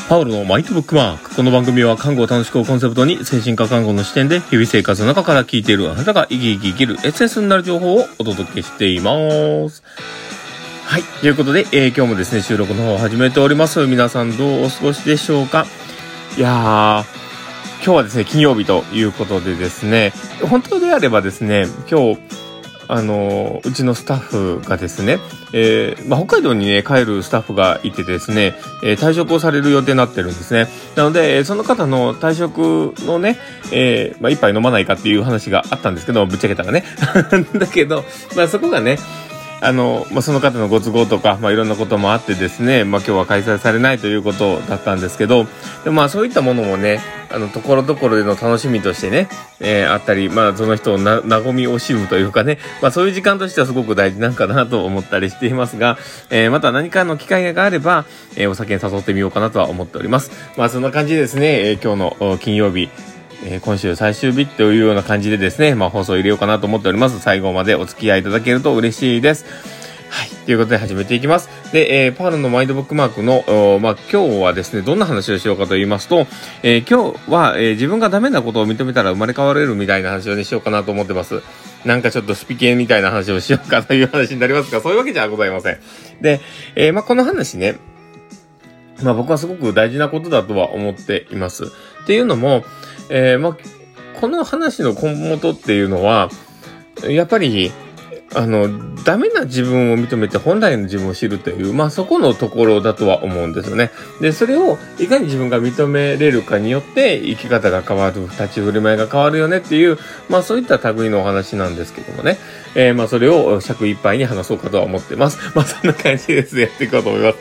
パウロのマイトブックマーク。この番組は看護を楽しくをコンセプトに精神科看護の視点で日々生活の中から聞いているあなたが生き生き生きるエッセンスになる情報をお届けしています。はい。ということで、今日もですね、収録の方を始めております。皆さんどうお過ごしでしょうか。いやー、今日はですね、金曜日ということでですね、本当であればですね、今日、うちのスタッフがですね、北海道にね、帰るスタッフがいてですね、退職をされる予定になってるんですね。なので、その方の退職のね、一杯飲まないかっていう話があったんですけど、ぶっちゃけたらね。だけど、そこがね、その方のご都合とか、いろんなこともあってですね、今日は開催されないということだったんですけど、でそういったものもね、ところどころでの楽しみとしてね、あったり、その人を和み惜しむというかね、そういう時間としてはすごく大事なんかなと思ったりしていますが、また何かの機会があれば、お酒に誘ってみようかなとは思っております。そんな感じでですね、今日の金曜日、今週最終日というような感じでですね、放送を入れようかなと思っております。最後までお付き合いいただけると嬉しいです。はい。ということで始めていきます。で、パールのマインドブックマークの、今日はですね、どんな話をしようかと言いますと、今日は、自分がダメなことを認めたら生まれ変われるみたいな話をしようかなと思ってます。なんかちょっとスピ系みたいな話をしようかという話になりますが、そういうわけじゃございません。で、この話ね、僕はすごく大事なことだとは思っています。っていうのも、この話の根元っていうのは、やっぱり、ダメな自分を認めて本来の自分を知るという、そこのところだとは思うんですよね。で、それをいかに自分が認めれるかによって生き方が変わる、立ち振る舞いが変わるよねっていう、そういった類のお話なんですけどもね。それを尺いっぱいに話そうかとは思ってます。そんな感じですね。やっていこうと思います。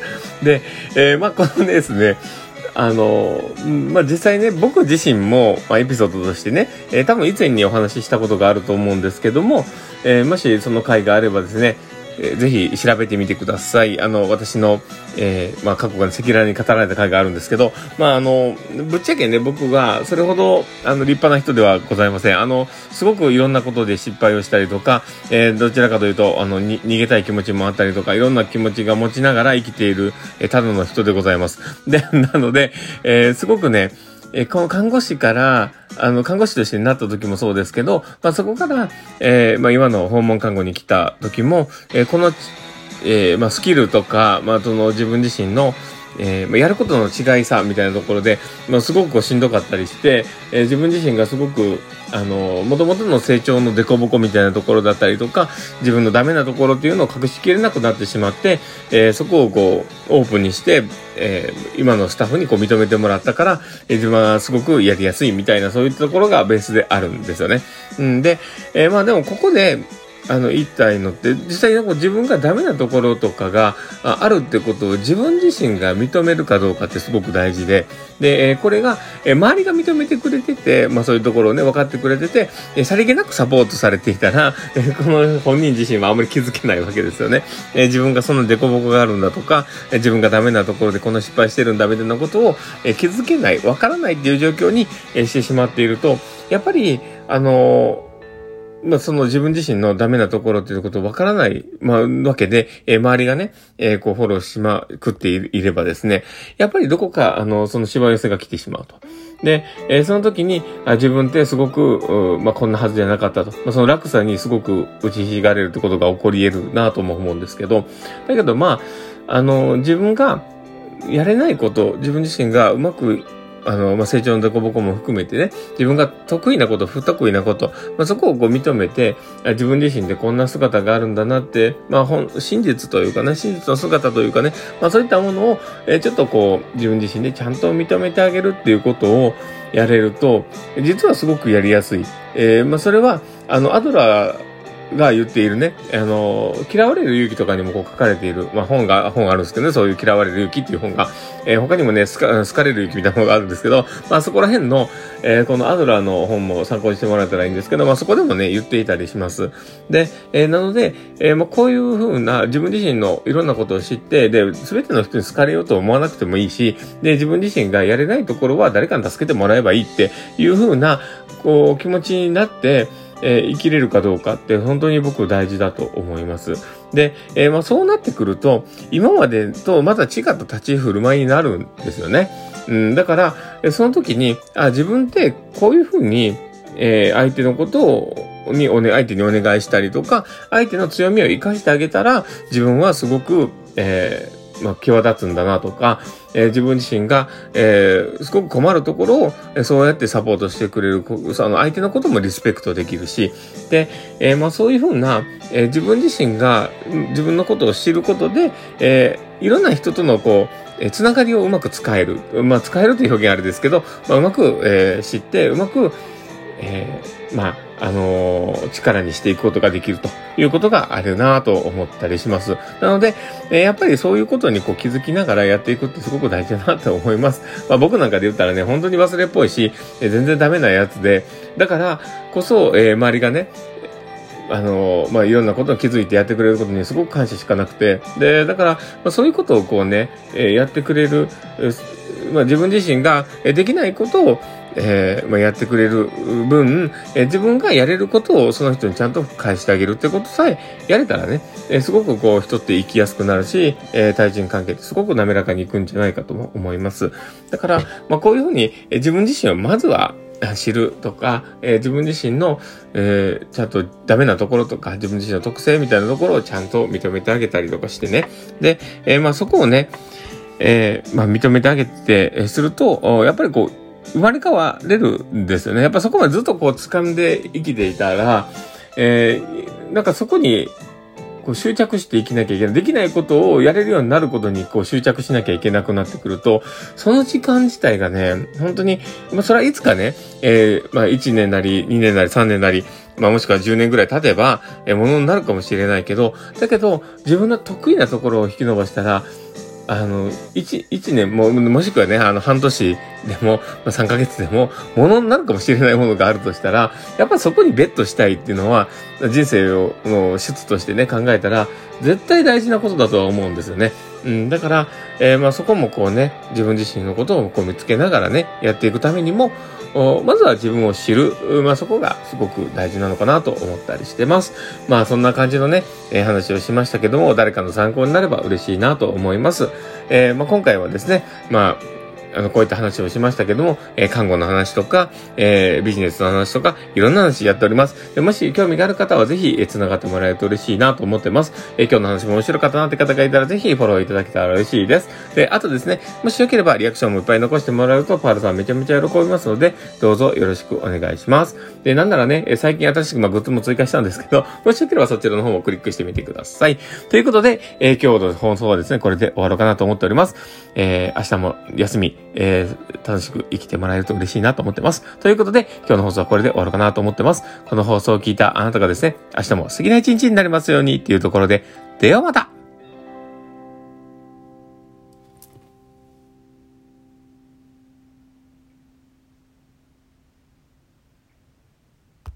で、このですね、実際ね、僕自身も、エピソードとしてね、多分以前にお話ししたことがあると思うんですけども、もしその回があればですね、ぜひ調べてみてください。私の、過去が赤裸々に語られた回があるんですけど、ぶっちゃけね、僕がそれほど、立派な人ではございません。すごくいろんなことで失敗をしたりとか、どちらかというと、逃げたい気持ちもあったりとか、いろんな気持ちが持ちながら生きている、ただの人でございます。で、なので、すごくね、この看護師から、看護師としてなった時もそうですけど、そこから、今の訪問看護に来た時も、この、スキルとか、その自分自身の、やることの違いさみたいなところで、すごくしんどかったりして、自分自身がすごく元々の成長のデコボコみたいなところだったりとか、自分のダメなところっていうのを隠しきれなくなってしまって、そこをオープンにして、今のスタッフに認めてもらったから、自分はすごくやりやすいみたいな、そういったところがベースであるんですよね。で、でもここで、言いたいのって、実際に自分がダメなところとかがあるってことを自分自身が認めるかどうかってすごく大事で、で、これが、周りが認めてくれてて、そういうところをね、分かってくれてて、さりげなくサポートされていたら、この本人自身はあんまり気づけないわけですよね。自分がそのデコボコがあるんだとか、自分がダメなところでこの失敗してるんだみたいなことを、気づけない、分からないっていう状況に、してしまっていると、やっぱり、その自分自身のダメなところっていうことをわからない、わけで、周りがね、フォローしまくっていればですね、やっぱりどこか、その芝寄せが来てしまうと。で、その時に、自分ってすごく、こんなはずじゃなかったと。その落差にすごく打ちひがれるってことが起こり得るなとも思うんですけど、だけど自分がやれないこと、自分自身がうまく成長のデコボコも含めてね、自分が得意なこと、不得意なこと、そこを認めて、自分自身でこんな姿があるんだなって、真実というかね、真実の姿というかね、そういったものを、ちょっと自分自身でちゃんと認めてあげるっていうことをやれると、実はすごくやりやすい。それは、アドラー、が言っているね、嫌われる勇気とかにも書かれている、本があるんですけどね、そういう嫌われる勇気っていう本が、他にもね、好かれる勇気みたいなのがあるんですけど、そこら辺の、このアドラーの本も参考にしてもらえたらいいんですけど、そこでもね、言っていたりします。で、なので、こういう風な自分自身のいろんなことを知って、で、すべての人に好かれようと思わなくてもいいし、で、自分自身がやれないところは誰かに助けてもらえばいいっていう風な、気持ちになって、生きれるかどうかって本当に僕大事だと思います。で、そうなってくると、今までとまた違った立ち振る舞いになるんですよね。 だから、その時に、自分ってこういうふうに、相手のこと相手にお願いしたりとか、相手の強みを生かしてあげたら、自分はすごく、際立つんだなとか、自分自身が、すごく困るところを、そうやってサポートしてくれる、相手のこともリスペクトできるし、で、そういうふうな、自分自身が自分のことを知ることで、いろんな人とのつながりをうまく使える。使えるという表現あれですけど、うまく、知って、うまく、力にしていくことができるということがあるなと思ったりします。なので、やっぱりそういうことに気づきながらやっていくってすごく大事だなと思います。僕なんかで言ったらね、本当に忘れっぽいし、全然ダメなやつで、だからこそ、周りがね、いろんなことに気づいてやってくれることにすごく感謝しかなくて、で、だから、そういうことをやってくれる、自分自身ができないことをやってくれる分、自分がやれることをその人にちゃんと返してあげるってことさえやれたらね、すごく人って生きやすくなるし、対人関係ってすごく滑らかにいくんじゃないかとも思います。だから、こういうふうに自分自身をまずは知るとか、自分自身の、ちゃんとダメなところとか、自分自身の特性みたいなところをちゃんと認めてあげたりとかしてね。で、そこをね、認めてあげて、すると、やっぱり生まれ変われるんですよね。やっぱそこまでずっと掴んで生きていたら、なんかそこに、執着して生きなきゃいけない。できないことをやれるようになることに執着しなきゃいけなくなってくると、その時間自体がね、本当に、それはいつかね、1年なり、2年なり、3年なり、もしくは10年ぐらい経てば、ものになるかもしれないけど、だけど、自分の得意なところを引き伸ばしたら、1年もしくはね、半年でも、3ヶ月でも、ものになるかもしれないものがあるとしたら、やっぱりそこにベットしたいっていうのは、人生の質としてね、考えたら、絶対大事なことだとは思うんですよね。だから、そこも自分自身のことを見つけながらね、やっていくためにも、まずは自分を知る。そこがすごく大事なのかなと思ったりしてます。そんな感じのね、話をしましたけども、誰かの参考になれば嬉しいなと思います。今回はですね、こういった話をしましたけども、看護の話とか、ビジネスの話とか、いろんな話やっております。でもし興味がある方はぜひ、繋がってもらえると嬉しいなと思ってます。今日の話も面白かったなって方がいたらぜひフォローいただけたら嬉しいです。で、あとですね、もしよければリアクションもいっぱい残してもらうと、パールさんめちゃめちゃ喜びますので、どうぞよろしくお願いします。で、なんならね、最近新しくグッズも追加したんですけど、もしよければそちらの方もクリックしてみてください。ということで、今日の放送はですね、これで終わろうかなと思っております。明日も休み、楽しく生きてもらえると嬉しいなと思ってます。ということで、今日の放送はこれで終わろうかなと思ってます。この放送を聞いたあなたがですね、明日も素敵な一日になりますようにっていうところで、ではまた。